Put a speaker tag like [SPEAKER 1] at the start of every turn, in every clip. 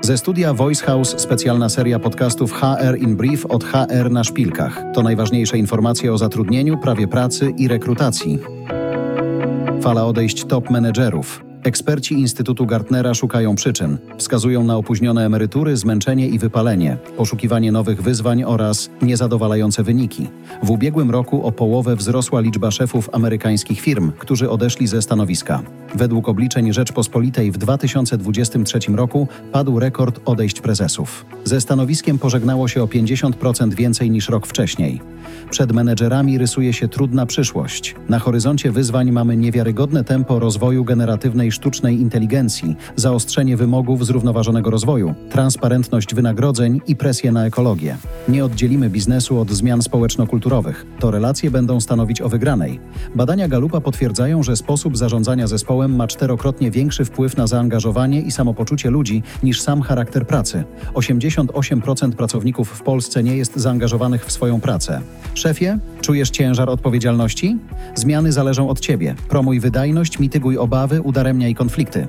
[SPEAKER 1] Ze studia Voice House specjalna seria podcastów HR in Brief od HR na szpilkach. To najważniejsze informacje o zatrudnieniu, prawie pracy i rekrutacji. Fala odejść top menedżerów. Eksperci Instytutu Gartnera szukają przyczyn. Wskazują na opóźnione emerytury, zmęczenie i wypalenie, poszukiwanie nowych wyzwań oraz niezadowalające wyniki. W ubiegłym roku o połowę wzrosła liczba szefów amerykańskich firm, którzy odeszli ze stanowiska. Według obliczeń Rzeczpospolitej w 2023 roku padł rekord odejść prezesów. Ze stanowiskiem pożegnało się o 50% więcej niż rok wcześniej. Przed menedżerami rysuje się trudna przyszłość. Na horyzoncie wyzwań mamy niewiarygodne tempo rozwoju generatywnej sztucznej inteligencji, zaostrzenie wymogów zrównoważonego rozwoju, transparentność wynagrodzeń i presję na ekologię. Nie oddzielimy biznesu od zmian społeczno-kulturowych. To relacje będą stanowić o wygranej. Badania Gallupa potwierdzają, że sposób zarządzania zespołem ma 4-krotnie większy wpływ na zaangażowanie i samopoczucie ludzi niż sam charakter pracy. 88% pracowników w Polsce nie jest zaangażowanych w swoją pracę. Szefie, czujesz ciężar odpowiedzialności? Zmiany zależą od Ciebie. Promuj wydajność, mityguj obawy, udaremniaj konflikty.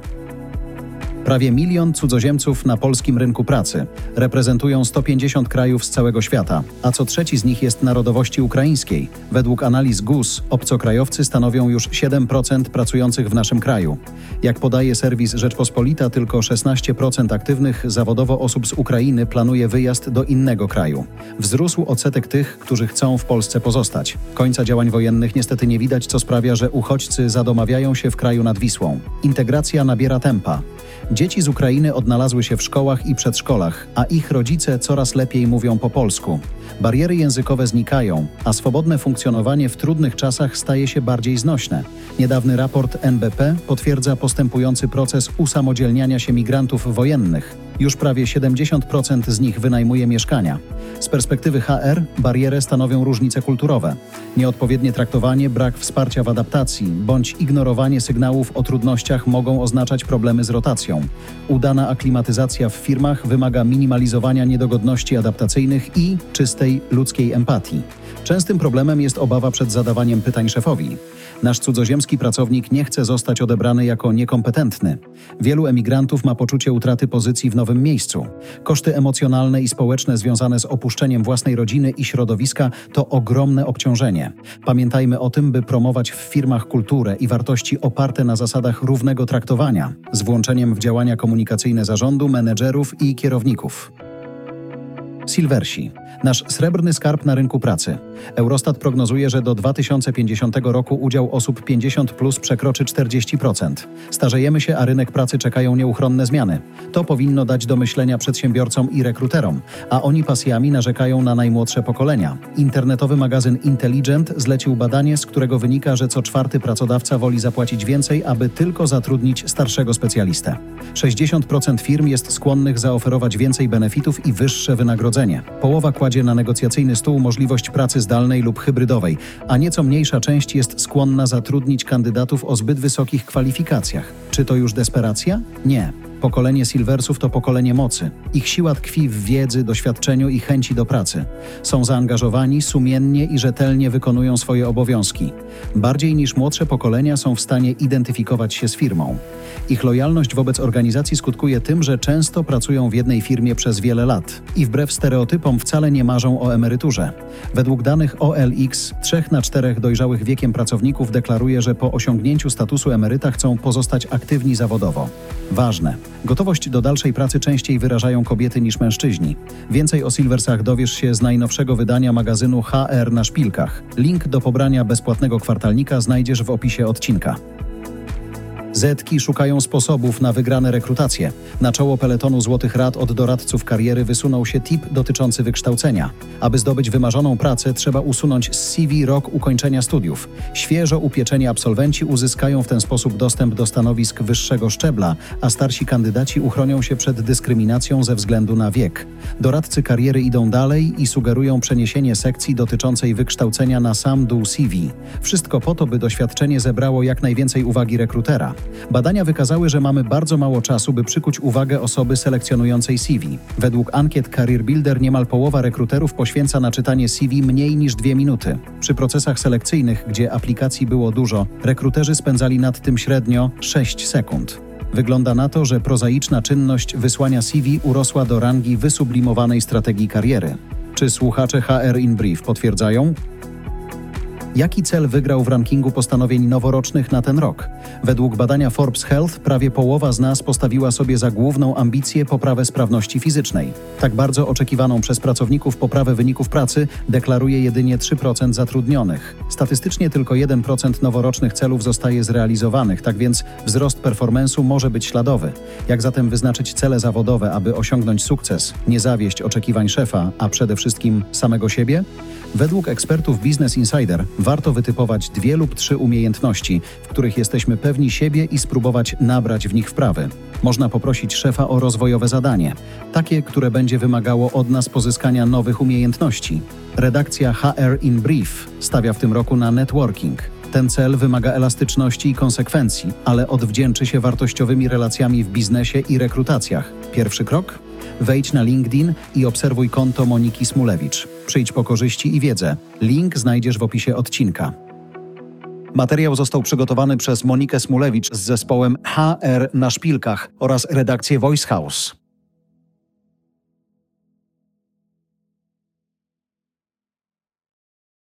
[SPEAKER 1] Prawie 1 milion cudzoziemców na polskim rynku pracy. Reprezentują 150 krajów z całego świata, a co trzeci z nich jest narodowości ukraińskiej. Według analiz GUS obcokrajowcy stanowią już 7% pracujących w naszym kraju. Jak podaje serwis Rzeczpospolita, tylko 16% aktywnych zawodowo osób z Ukrainy planuje wyjazd do innego kraju. Wzrósł odsetek tych, którzy chcą w Polsce pozostać. Końca działań wojennych niestety nie widać, co sprawia, że uchodźcy zadomawiają się w kraju nad Wisłą. Integracja nabiera tempa. Dzieci z Ukrainy odnalazły się w szkołach i przedszkolach, a ich rodzice coraz lepiej mówią po polsku. Bariery językowe znikają, a swobodne funkcjonowanie w trudnych czasach staje się bardziej znośne. Niedawny raport NBP potwierdza postępujący proces usamodzielniania się migrantów wojennych. Już prawie 70% z nich wynajmuje mieszkania. Z perspektywy HR barierę stanowią różnice kulturowe. Nieodpowiednie traktowanie, brak wsparcia w adaptacji bądź ignorowanie sygnałów o trudnościach mogą oznaczać problemy z rotacją. Udana aklimatyzacja w firmach wymaga minimalizowania niedogodności adaptacyjnych i czystej ludzkiej empatii. Częstym problemem jest obawa przed zadawaniem pytań szefowi. Nasz cudzoziemski pracownik nie chce zostać odebrany jako niekompetentny. Wielu emigrantów ma poczucie utraty pozycji w nowym miejscu. Koszty emocjonalne i społeczne związane z opuszczeniem własnej rodziny i środowiska to ogromne obciążenie. Pamiętajmy o tym, by promować w firmach kulturę i wartości oparte na zasadach równego traktowania, z włączeniem w działania komunikacyjne zarządu, menedżerów i kierowników. Silversi. Nasz srebrny skarb na rynku pracy. Eurostat prognozuje, że do 2050 roku udział osób 50+ przekroczy 40%. Starzejemy się, a rynek pracy czekają nieuchronne zmiany. To powinno dać do myślenia przedsiębiorcom i rekruterom, a oni pasjami narzekają na najmłodsze pokolenia. Internetowy magazyn Intelligent zlecił badanie, z którego wynika, że co 4. pracodawca woli zapłacić więcej, aby tylko zatrudnić starszego specjalistę. 60% firm jest skłonnych zaoferować więcej benefitów i wyższe wynagrodzenie. Połowa kładzie na negocjacyjny stół możliwość pracy zdalnej lub hybrydowej, a nieco mniejsza część jest skłonna zatrudnić kandydatów o zbyt wysokich kwalifikacjach. Czy to już desperacja? Nie. Pokolenie Silversów to pokolenie mocy. Ich siła tkwi w wiedzy, doświadczeniu i chęci do pracy. Są zaangażowani, sumiennie i rzetelnie wykonują swoje obowiązki. Bardziej niż młodsze pokolenia są w stanie identyfikować się z firmą. Ich lojalność wobec organizacji skutkuje tym, że często pracują w jednej firmie przez wiele lat i wbrew stereotypom wcale nie marzą o emeryturze. Według danych OLX 3 na 4 dojrzałych wiekiem pracowników deklaruje, że po osiągnięciu statusu emeryta chcą pozostać aktywni zawodowo. Ważne. Gotowość do dalszej pracy częściej wyrażają kobiety niż mężczyźni. Więcej o Silversach dowiesz się z najnowszego wydania magazynu HR na szpilkach. Link do pobrania bezpłatnego kwartalnika znajdziesz w opisie odcinka. Zetki szukają sposobów na wygrane rekrutacje. Na czoło peletonu złotych rad od doradców kariery wysunął się tip dotyczący wykształcenia. Aby zdobyć wymarzoną pracę, trzeba usunąć z CV rok ukończenia studiów. Świeżo upieczeni absolwenci uzyskają w ten sposób dostęp do stanowisk wyższego szczebla, a starsi kandydaci uchronią się przed dyskryminacją ze względu na wiek. Doradcy kariery idą dalej i sugerują przeniesienie sekcji dotyczącej wykształcenia na sam dół CV. Wszystko po to, by doświadczenie zebrało jak najwięcej uwagi rekrutera. Badania wykazały, że mamy bardzo mało czasu, by przykuć uwagę osoby selekcjonującej CV. Według ankiet Career Builder niemal połowa rekruterów poświęca na czytanie CV mniej niż 2 minuty. Przy procesach selekcyjnych, gdzie aplikacji było dużo, rekruterzy spędzali nad tym średnio 6 sekund. Wygląda na to, że prozaiczna czynność wysłania CV urosła do rangi wysublimowanej strategii kariery. Czy słuchacze HR in Brief potwierdzają? Jaki cel wygrał w rankingu postanowień noworocznych na ten rok? Według badania Forbes Health prawie połowa z nas postawiła sobie za główną ambicję poprawę sprawności fizycznej. Tak bardzo oczekiwaną przez pracowników poprawę wyników pracy deklaruje jedynie 3% zatrudnionych. Statystycznie tylko 1% noworocznych celów zostaje zrealizowanych, tak więc wzrost performance'u może być śladowy. Jak zatem wyznaczyć cele zawodowe, aby osiągnąć sukces, nie zawieść oczekiwań szefa, a przede wszystkim samego siebie? Według ekspertów Business Insider warto wytypować 2 lub 3 umiejętności, w których jesteśmy pewni siebie i spróbować nabrać w nich wprawy. Można poprosić szefa o rozwojowe zadanie, takie, które będzie wymagało od nas pozyskania nowych umiejętności. Redakcja HR in Brief stawia w tym roku na networking. Ten cel wymaga elastyczności i konsekwencji, ale odwdzięczy się wartościowymi relacjami w biznesie i rekrutacjach. Pierwszy krok? Wejdź na LinkedIn i obserwuj konto Moniki Smulewicz. Przyjdź po korzyści i wiedzę. Link znajdziesz w opisie odcinka. Materiał został przygotowany przez Monikę Smulewicz z zespołem HR na Szpilkach oraz redakcję Voice House.